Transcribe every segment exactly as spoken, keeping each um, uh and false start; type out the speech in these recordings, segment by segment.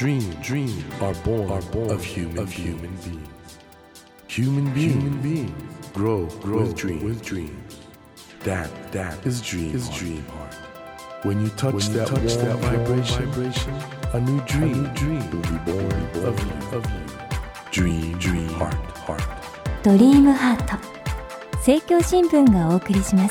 Dream, dream are born, are born of human, of human beings. Human beings, human beings grow, grow with, dream, with dreams. That, that is dream, is dream heart. When you touch, when you that, touch warm that vibration, vibration, a new dream, a new dream will be born, born of you, of you. Dream, dream heart, heart. ドリームハート政教新聞がお送りします。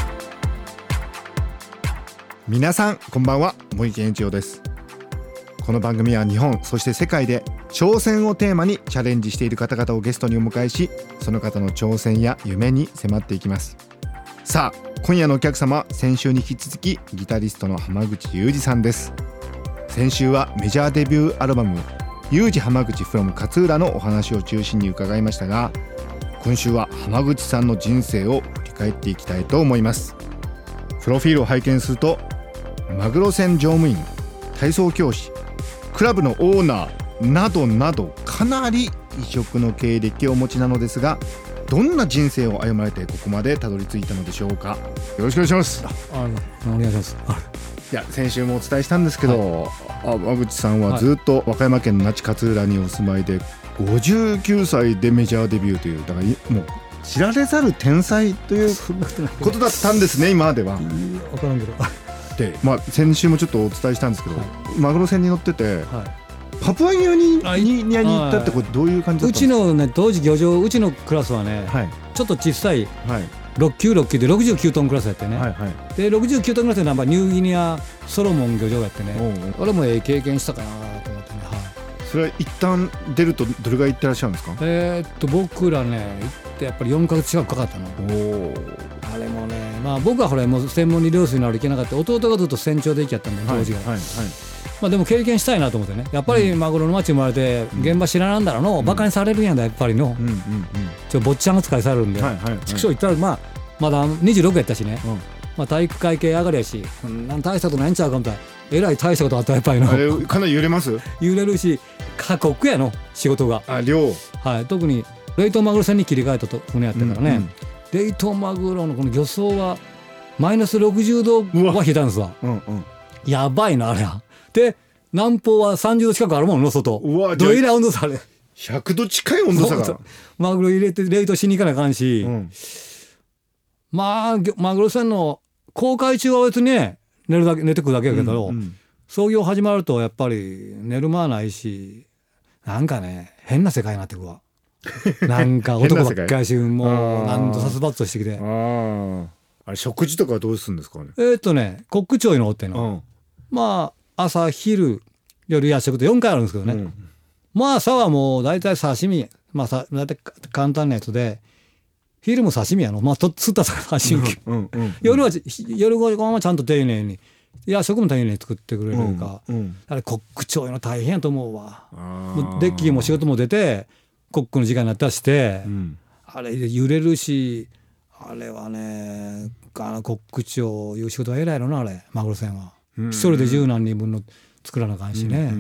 皆さんこんばんは、森健一郎です。この番組は日本そして世界で挑戦をテーマにチャレンジしている方々をゲストにお迎えし、その方の挑戦や夢に迫っていきます。さあ今夜のお客様、先週に引き続きギタリストの浜口裕二さんです。先週はメジャーデビューアルバム裕二浜口 from 勝浦のお話を中心に伺いましたが、今週は浜口さんの人生を振り返っていきたいと思います。プロフィールを拝見すると、マグロ船乗務員、体操教師、クラブのオーナーなどなど、かなり異色の経歴をお持ちなのですが、どんな人生を歩まれてここまでたどり着いたのでしょうか。よろしくお願いします。 ああお願いします。 いや先週もお伝えしたんですけど、はい、浜口さんはずっと和歌山県の那智勝浦にお住まいで、ごじゅうきゅうさいでメジャーデビューという、だからもう知られざる天才ということだったんですね今までは。 分からんけどで、まあ、先週もちょっとお伝えしたんですけど、はい、マグロ船に乗ってて、はい、パプアニューニーに行ったってこれどういう感じだったんですか。 うちの、ね、当時漁場、うちのクラスはね、はい、ちょっと小さい、はいろくきゅうろくきゅうでろくじゅうきゅうトンクラスやってね、はいはい、でろくじゅうきゅうトンクラスでナンバーニューギニアソロモン漁場やってね、おうおう、俺もええ経験したかなと思ってね、はい、 それは一旦出るとどれぐらい行ってらっしゃるんですか。 えー、っと僕らね行ってやっぱりよんかげつ近くかかったの。おあれもね、まあ、僕はほらもう専門に漁師になるといけなかった。弟がずっと船長で行きやったんで当時が、はいはいはい、まあ、でも経験したいなと思ってね、やっぱりマグロの町生まれて現場知らなんだろうの、うん、バカにされるんやんだやっぱりの、うんうんうん、ちょ坊ちゃん扱いされるんで、はいはいはい、畜生行ったら、まあ、まだにじゅうろくやったしね、うん、まあ、体育会系上がりやし、なん大したことないんちゃうかみたいな、えらい大したことあったらやっぱりの、 あれかなり揺れます揺れるし過酷やの仕事が、 あ量、 はい、特に冷凍マグロ船に切り替えたと船やったからね、うんうん、冷凍マグロのこの漁槽はマイナスろくじゅうどは冷えたんですわ、うんうん、やばいなあれは。で南方はさんじゅうど近くあるもんの外、うわどえらい温度差でひゃくど近い温度差がマグロ入れて冷凍しに行かなあかんし、うん、まあマグロ船の航海中は別にね寝るだけ寝てくるだけやけど、うんうん、操業始まるとやっぱり寝る間ないし、なんかね変な世界になってくわなんか男ばっかりしもう何度殺伐としてきて、 ああれ食事とかはどうするんですかね。 えー、っとねコック長におってんの、うん、まあ朝昼夜夜食とよんかいあるんですけどね、うん、まあ朝はもう大体刺身、まあさ大体簡単なやつで、昼も刺身やの、まあと釣った刺身、うんうんうんうん、夜は夜ご飯はちゃんと丁寧に、夜食も丁寧に作ってくれるか、うんうん、あれコック長いうの大変やと思うわ。もうデッキも仕事も出てコックの時間になったりして、うん、あれ揺れるし、あれはねあのコック長いう仕事は偉いのな、あれマグロ船は、うんうん、一人で十何人分の作らなあかんしね、うんうんうん、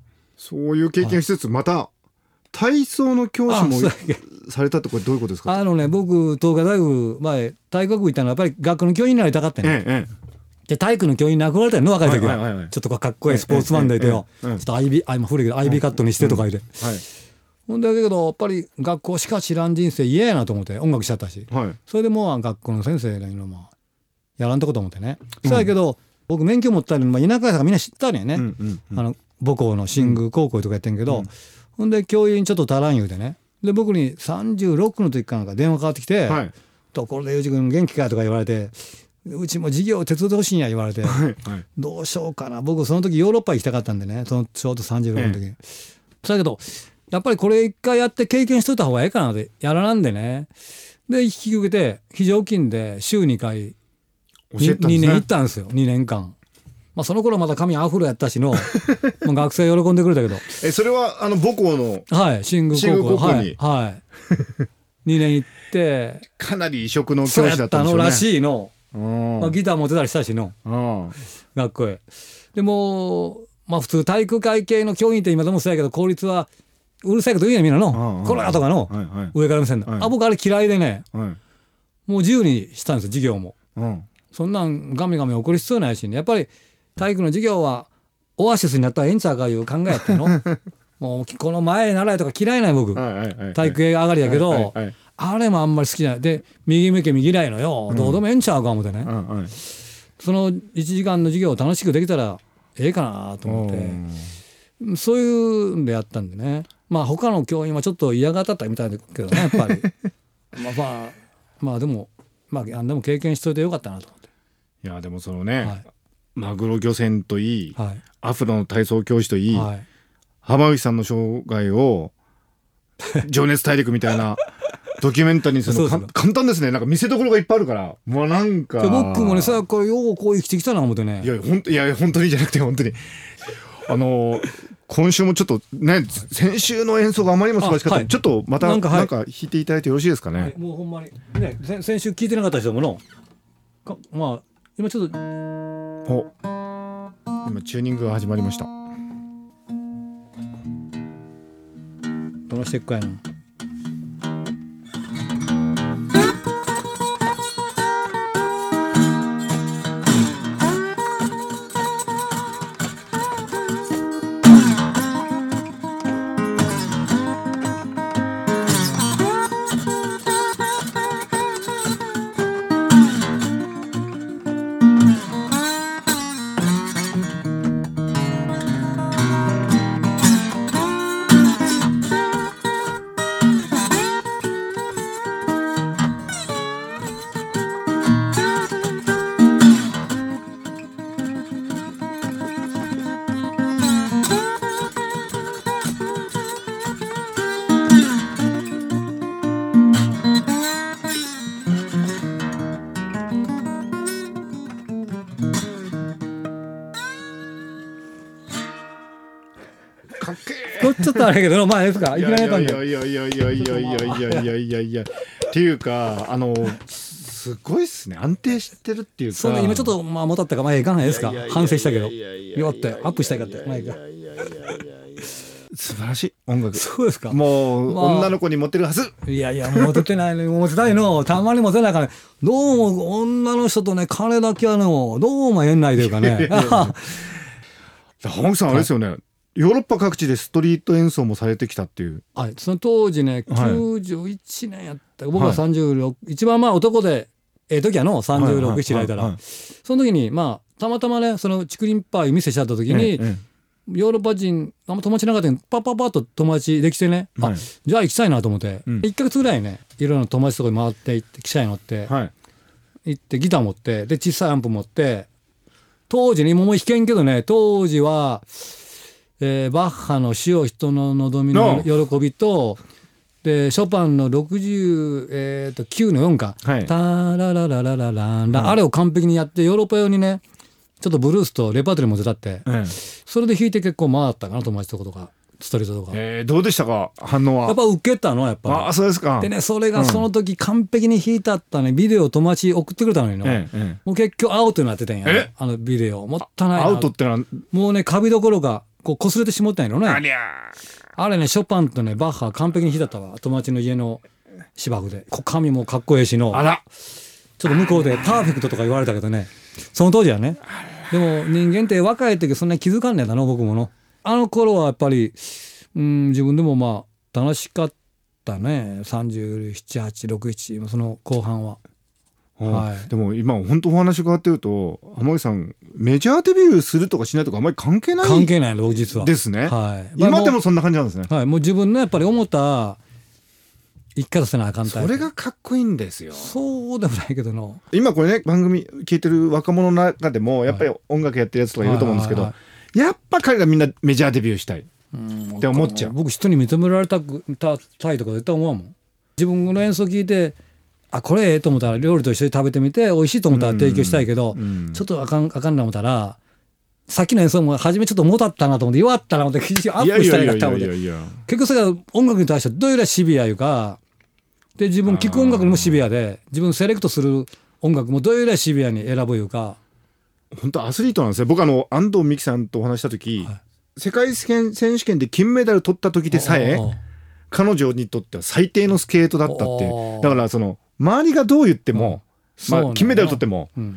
そういう経験しつつ、また体操の教師もされたってこれどういうことですか。 あのね僕東海大学前体育学部行ったのはやっぱり学校の教員になりたかったね、ええ、で体育の教員に憧れたよの若い時は、はいはいはい、ちょっとかっこいいスポーツマンでいてよ、ええええええ、ちょっとアイビー、あ今古いけどアイビーカットにしてとか言って、うんはい、ほんだけどやっぱり学校しか知らん人生嫌やなと思って音楽しちゃったし、はい、それでもう学校の先生が今まあやらんとこと思ってね、うん、そうやけど僕免許持ったり、まあ、田舎やからみんな知ったのよね、うんうんうん、あの母校の新宮高校とかやってんけど、うん、ほんで教員ちょっと足らん言うてね、で僕にさんじゅうろくの時かなんか電話かかってきて、はい、ところで裕二君元気かとか言われて、うちも事業を手伝ってほしいんや言われて、はいはい、どうしようかな、僕その時ヨーロッパ行きたかったんでね、そのちょうどさんじゅうろくの時に、ええ、だけどやっぱりこれ一回やって経験しといた方がいいかなってやらなんでね、で引き受けて非常勤で週にかいにねん行ったんですよ、にねんかん。まあ、その頃まだ髪アフロやったしのもう学生喜んでくれたけどえそれはあの母校のはい新宮高校、高校に、はいはい、にねん行ってかなり異色の教師だったんでしょうね。そうやったのらしいの、 まあ、ギター持ってたりしたしの学校へ。でもまあ普通体育会系の教員って今でもそうやけど、公立はうるさいこと言うやんみんなの、こらとかの、はいはい、上から見せんの、はい、あ僕あれ嫌いでね、はい、もう自由にしたんですよ授業も、うん、そんなんガミガミ怒る必要ないしね、やっぱり体育の授業はオアシスになったらええんちゃうかいう考えやったのもうこの前習いとか嫌いない僕、はいはいはいはい、体育上がりやけど、はいはいはい、あれもあんまり好きじゃないで右向け右嫌いのよ、うん、どうでもええんちゃうか思ってね、うんはい、そのいちじかんの授業を楽しくできたらええかなと思ってそういうんでやったんでねまあ他の教員はちょっと嫌がったったみたいだけどねやっぱりまあまあまあでもまあ何でも経験しといてよかったなと思っていやでもそのね、はい、マグロ漁船といい、はい、アフロの体操教師といい、はい、浜口さんの生涯を情熱大陸みたいなドキュメンタリーにするの簡単ですねなんか見せ所がいっぱいあるからもうなんか僕もねさこれようこう生きてきたな思ってねいや本当いや本当にじゃなくて本当にあの今週もちょっとね先週の演奏があまりにも素晴らしかった、はい、ちょっとまたなんか、はい、なんか弾いていただいてよろしいですかね、はい、 もうほんまにね先週聞いてなかった人ものまあ今ちょっとお今チューニングが始まりましたどのしてっかやなちょっとあれけどまあですかいきなりやったんでいやいやいやいやいやいやいやいやいやいやっていうかあのすごいっすね安定してるっていうかそう、ね、今ちょっとまあもたったかまあいかないですか反省したけどよってアップしたいかってまあいいか素晴らしい音楽そうですかもう、まあ、女の子にモテるはずいやいやモテてないのモテたいのたまにモテないから、ね、どうも女の人とね金だけはのどうも縁ないというかね浜口さんあれですよね、はいヨーロッパ各地でストリート演奏もされてきたっていう、 はい、その当時ねきゅうじゅういちねんやった、はい、僕はさんじゅうろく、はい、一番まあ男でええ時やのさんじゅうろく開いたら、はいはいはいはい、その時にまあたまたまねそのチクリンパー店しちゃった時に、ええ、ヨーロッパ人あんま友達なかったけどパッパッパッと友達できてね、はい、あじゃあ行きたいなと思って、うん、いっかげつぐらいねいろんな友達とかに回って行って汽車に乗って、はい、行ってギター持ってで小さいアンプ持って当時ね今も弾けんけどね当時はえー、バッハの死を人の望みの喜びとでショパンのろくじゅう、えー、ときゅうのよんか、はい、タラララララランラ、はい、あれを完璧にやってヨーロッパ用にねちょっとブルースとレパートリーも出たって、はい、それで弾いて結構回ったかな友達とことかストリートとか、 えー、どうでしたか反応はやっぱ受けたのやっぱあそうですかでねそれがその時完璧に弾いたったねビデオを友達送ってくれたのにの、ええ、もう結局アウトになってたんや、ね、あのビデオもったいないなアウトってのはもうねカビどころかこう擦れてしまったんやろね あ, あれねショパンとねバッハ完璧に弾いたったわ友達の家の芝生で髪もかっこええしのあらちょっと向こうでパーフェクトとか言われたけどねその当時はねでも人間って若い時そんなに気づかんねえだな僕ものあの頃はやっぱりうん自分でもまあ楽しかったねさんじゅうなな、はち、ろく、ななその後半ははい、でも今本当お話伺ってると浜口さんメジャーデビューするとかしないとかあんまり関係ない関係ないの僕実はですね、 はい、 今でもそんな感じなんですね、 はい、もう自分のやっぱり思った生き方せなあかんタイプそれがかっこいいんですよそうでもないけどの今これね番組聞いてる若者の中でもやっぱり音楽やってるやつとかいると思うんですけど、はいはいはい、やっぱ彼らみんなメジャーデビューしたいって思っちゃう僕人に認められたくたいとか絶対思うもん自分の演奏聞いてあこれええと思ったら料理と一緒に食べてみて美味しいと思ったら提供したいけど、うんうん、ちょっとあかんあかんな思ったらさっきの演奏も初めちょっともたったなと思って弱ったなと思ってアップしたりだったので結局それが音楽に対してどういうらシビアいうかで自分聴く音楽にもシビアで自分セレクトする音楽もどういうらシビアに選ぶいうか本当アスリートなんですね僕あの安藤美希さんとお話した時、はい、世界選手権で金メダル取った時でさえ彼女にとっては最低のスケートだったっていうだからその周りがどう言っても、まあ、金メダル取っても、うん、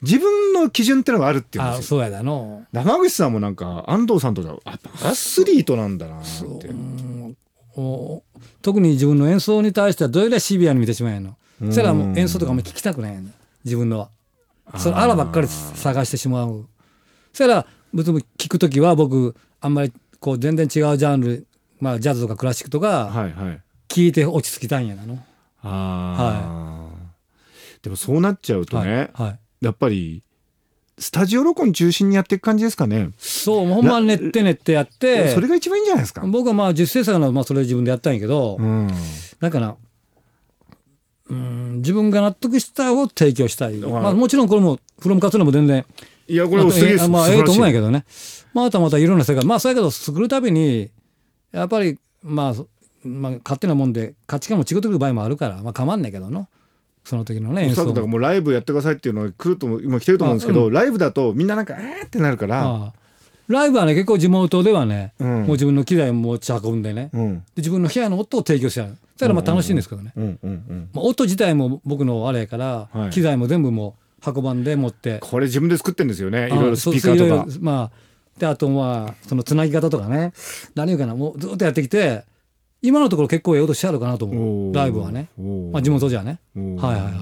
自分の基準ってのがあるっていうんですよ。 あ、そうやだの。 長渕さんもなんか安藤さんとだ、あ、アスリートなんだなって。 お特に自分の演奏に対してはどれぐらいシビアに見てしまうんやの。そしたらもう演奏とかも聞きたくないやん、自分のは。そのあらばっかり探してしまう。そしたら別に聞くときは僕あんまりこう全然違うジャンル、まあ、ジャズとかクラシックとか聞いて落ち着きたいんやなの。 あ、はい、でもそうなっちゃうとね、 はいはい、 やっぱりスタジオ録音中心にやっていく感じですかね。 そう、ほんま練って練ってやってそれが一番いいんじゃないですか。 僕はまあ実践者のまあそれ自分でやったんやけど、うん、だからうん、自分が納得したを提供したい、まあ、もちろんこれもフロムカツラも全然いやこれはすげえです、 まあ、ええと思うんやけどね、まあ、あとはまたいろんな世界、まあそうやけど作るたびにやっぱりまあ、まあ、勝手なもんで価値観も違ってくる場合もあるから、まあ、構わんないけどのその時のね演奏も。 だからもうライブやってくださいっていうのは来ると今来てると思うんですけど、うん、ライブだとみんななんかえーってなるから、ああライブはね結構地元ではね、うん、もう自分の機材を持ち運んでね、うん、で自分の部屋の音を提供しちゃう。それはまあ楽しいんですけどね、まあ、音自体も僕のあれやから、はい、機材も全部もう運ばんで持って、 これ自分で作ってるんですよね、いろいろスピーカーとか。 まあ、であとまあそのつなぎ方とかね、何言うかな、もうずっとやってきて今のところ結構ええ音してあるかなと思う、ライブはね、まあ、地元じゃね。はいはいはい。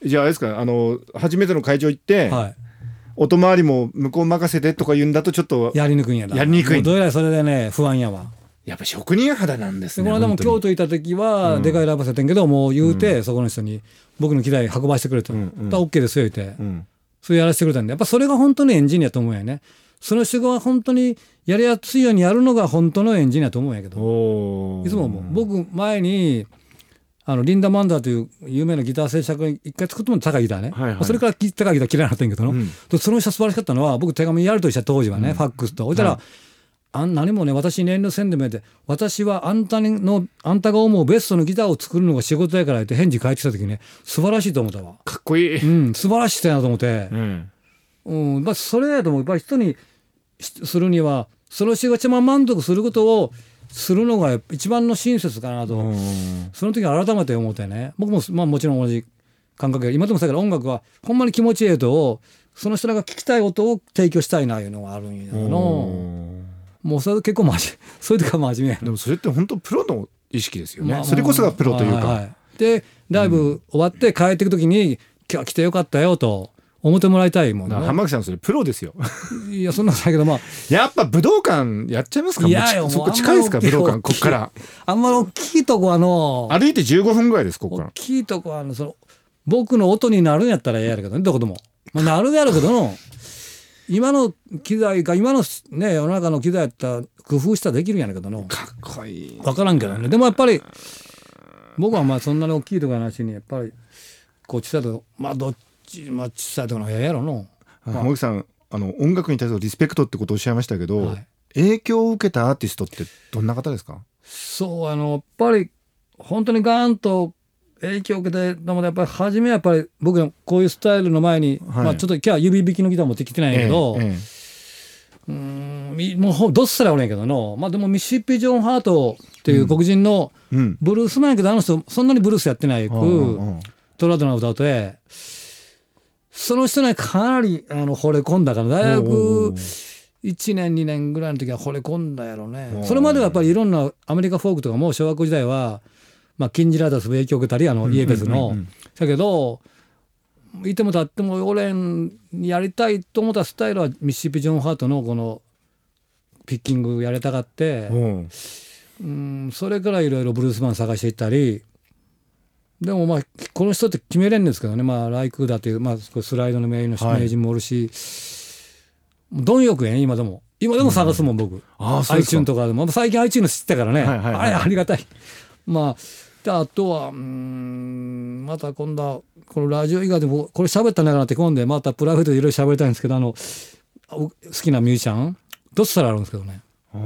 じゃああれですか、あの初めての会場行って、はい、音回りも向こう任せてとか言うんだとちょっとやりにくいんやだ。 やりにくい。 どうやらそれでね不安やわ。 やっぱ職人肌なんですね。 この間も京都いた時はでかいライブせてんけど、うん、もう言うて、うん、そこの人に僕の機材運ばしてくれと、うんうん、だ OK ですよ言って、うん、それやらせてくれたんで、やっぱそれが本当のエンジニアと思うんやね。その人が本当にやりやすいようにやるのが本当のエンジニアと思うんやけど、いつも思う。僕前にあのリンダ・マンダーという有名なギター制作一回作っても高いギターね、はいはい、それから高いギター嫌いになったんやけど、うん、その人素晴らしかったのは、僕手紙やるとした当時はね、うん、ファックスと置いたら、はい、あん何もね私に遠慮せんでもやで、私はあんたのあんたが思うベストのギターを作るのが仕事やからって返事返ってきた時ね、素晴らしいと思ったわ。 かっこいい、 うん、素晴らしい人やなと思って、うんうん、まあ、それやと思う。やっぱり人にするにはその人が一番満足することをするのが一番の親切かなと、うん、その時改めて思ってね。僕も、まあ、もちろん同じ感覚で今でもさ、から音楽はほんまに気持ちいい音をその人らが聞きたい音を提供したいないうのがあるんやの。もうそれ結構真面目、そういう時は真面目。 でもそれって本当プロの意識ですよね、まあ、それこそがプロというか、はいはい、 でライブ終わって帰っていく時に、うん、今日来てよかったよと思ってもらいたいもんね。 浜木さんそれプロですよ。 いやそんなんだけど、まあやっぱ武道館やっちゃいますか。いやいや、そこ近いですか武道館。こっからあんまり大きいとこ、あの歩いてじゅうごふんぐらいです。ここから大きいとこ、あのその僕の音になるんやったらええやるけどね、どこでも、まあ、なるやるけどの今の機材か今のね世の中の機材やったら工夫したらできるんやけどの。 かっこいい。 分からんけどね。でもやっぱり僕はまあそんなに大きいとこなしに、やっぱりこう小さいとこ、まあどっち、まあ小さいとこの部屋やろの。 浜木さん、あの音楽に対するリスペクトってことをおっしゃいましたけど、はい、影響を受けたアーティストってどんな方ですか。 そう、あのやっぱり本当にガーンと影響を受けてたので、やっぱり初めはやっぱり僕のこういうスタイルの前に、はい、まあ、ちょっと今日は指弾きのギター持ってきてないんやけど、ええええ、うーんもうどっさりおるんやけどの、まあ、でもミシシッピ・ジョン・ハートっていう黒人のブルースマンやけど、あの人そんなにブルースやってないく、うん、トラドの歌うとえその人ねかなりあの惚れ込んだから、大学いちねんにねんぐらいの時は惚れ込んだやろね。それまではやっぱりいろんなアメリカフォークとかも小学校時代はまあ、キンジラーダス影響を受けたり、あのイエベスの、うんうんうんうん、だけどいてもたっても俺にやりたいと思ったスタイルはミシシッピ・ジョン・ハートのこのピッキングやりたがって、うん、うんそれからいろいろブルースマン探していったり、でもまあこの人って決めれんですけどね、まあライクだという、まあ、スライドの名人もおるし、はい、貪欲やね今でも今でも探すもん、僕、うん、あ iTunes とかでも最近 iTunes 知ったからね、はいはいはい、あれありがたい。まあであとはうーんまた今度はこのラジオ以外でもこれ喋ったんだからって今度でまたプライベートでいろいろ喋りたいんですけど、あの好きなミュージシャンどっさりあるんですけどね。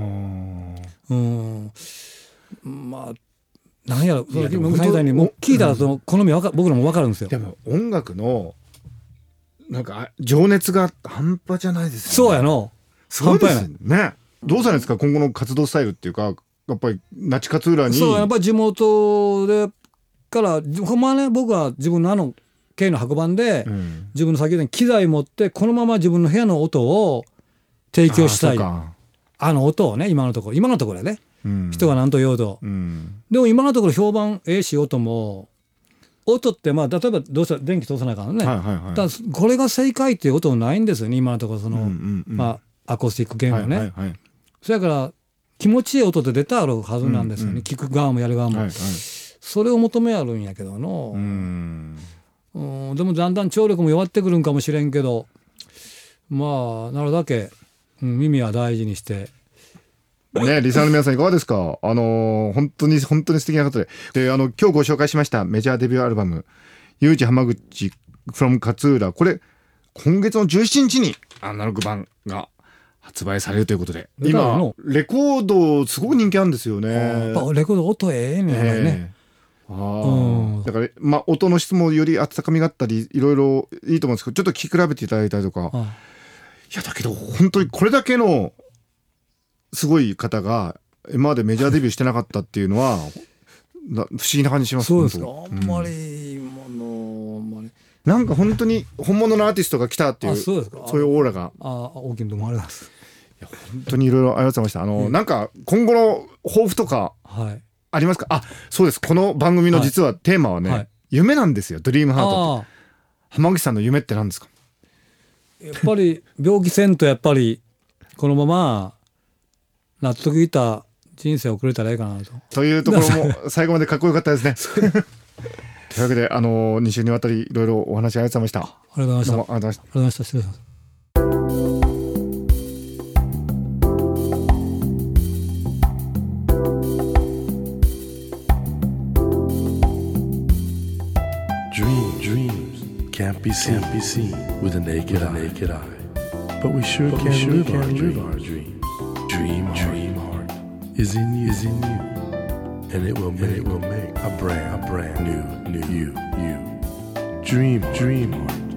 うんまあ何やろ、そのみたいにもう聞いたらその好みは僕らも分かるんですよ。 でも音楽のなんか情熱が半端じゃないですよね。そうやの。 そうですね。どうされるんですか今後の活動スタイルっていうか。やっぱり那智勝浦にそうやっぱり地元でからほんまね僕は自分のあの軽の箱番で、うん、自分の先ほどに機材持ってこのまま自分の部屋の音を提供したい。 あ, あの音をね今のところ今のところね、うん、人が何と言おうと、うん、でも今のところ評判ええし音も音ってまあ例えばどうしたら電気通さないからね、はいはいはい、だからこれが正解っていう音もないんですよね今のところその、うんうんうん、まあアコースティックゲームはね、はいはいはい、それから気持ちいい音で出てあるはずなんですよね、うんうん、聞く側もやる側も、はいはい、それを求めあるんやけどの、うん、うん、でもだんだん聴力も弱ってくるんかもしれんけどまあなるだけ、うん、耳は大事にしてね、リスナーの皆さんいかがですか。あのー、本当に本当に素敵な方で、で、あの今日ご紹介しましたメジャーデビューアルバムユージ浜口 from 勝浦、これ今月のじゅうしちにちにアナログ版が発売されるということで、今レコードすごく人気あるんですよね。 レコード音ええね、えー、ね。 あ、うん、だから、まあ、音の質もより温かみがあったりいろいろいいと思うんですけど、ちょっと聞き比べていただいたりとか、いやだけど本当にこれだけのすごい方が今までメジャーデビューしてなかったっていうのは不思議な感じします。 そうですか。あんまり、うん、あのあんまりなんか本当に本物のアーティストが来たっていう、 そうですか。 そういうオーラが、 ああ大きいともあります。いや本当にいろいろありがとうございました。あの、うん、なんか今後の抱負とかありますか。はい、あ、そうです。この番組の実はテーマはね、はいはい、夢なんですよ。ドリームハートって。浜口さんの夢って何ですか。 やっぱり病気せんとやっぱりこのまま納得いった人生を送れたらいいかなと。 というところも最後までかっこよかったですね。というわけで、あのに週にわたりいろいろお話ありがとうございました。ありがとうございました。 ありがとうございました。 失礼します。 Dreams, dreams can't be seen, can't be seen with a naked, with a naked eye. eye. But we sure but can, we sure live, can our live our dreams. Dream, dream heart is in you, is in you, and it will make, and it will make a brand, a brand new, new you, you. Dream, dream heart.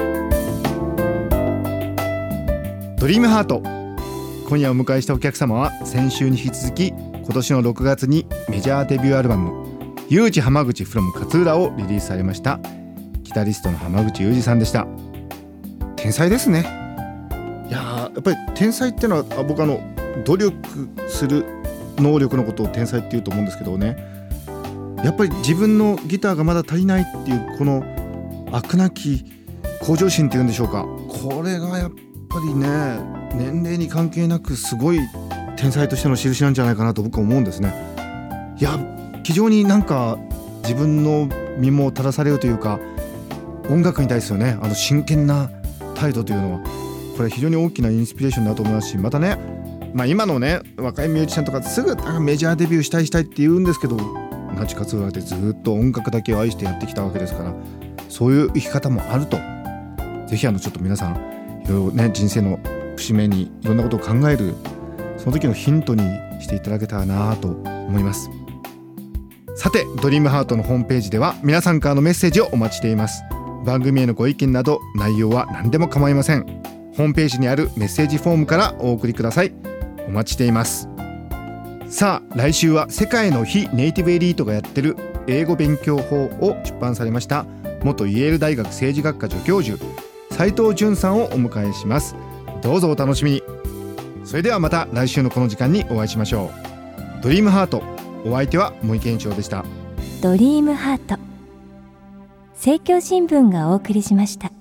ドリームハート。今夜お迎えしたお客様は先週に引き続き今年のろくがつにメジャーデビューアルバムユージ浜口 from 勝浦をリリースされましたギタリストの浜口裕二さんでした。天才ですね。いややっぱり天才ってのは僕あの努力する能力のことを天才って言うと思うんですけどね、やっぱり自分のギターがまだ足りないっていうこの飽くなき向上心っていうんでしょうか、これがやっぱりね年齢に関係なくすごい天才としての印なんじゃないかなと僕は思うんですね。いや非常になんか自分の身も正されるというか音楽に対するねあの真剣な態度というのはこれ非常に大きなインスピレーションだと思いますし、またね、まあ、今のね若いミュージシャンとかすぐメジャーデビューしたいしたいって言うんですけど、那智勝浦でずっと音楽だけを愛してやってきたわけですから、そういう生き方もあると、ぜひあのちょっと皆さんいろいろね人生の節目にいろんなことを考えるその時のヒントにしていただけたらなと思います。さてドリームハートのホームページでは皆さんからのメッセージをお待ちしています。番組へのご意見など内容は何でも構いません。ホームページにあるメッセージフォームからお送りください。お待ちしています。さあ来週は世界の非ネイティブエリートがやってる英語勉強法を出版されました元イェール大学政治学科助教授斉藤淳さんをお迎えします。どうぞお楽しみに。それではまた来週のこの時間にお会いしましょう。ドリームハート、お相手は森健一郎でした。 ドリームハート、政教新聞がお送りしました。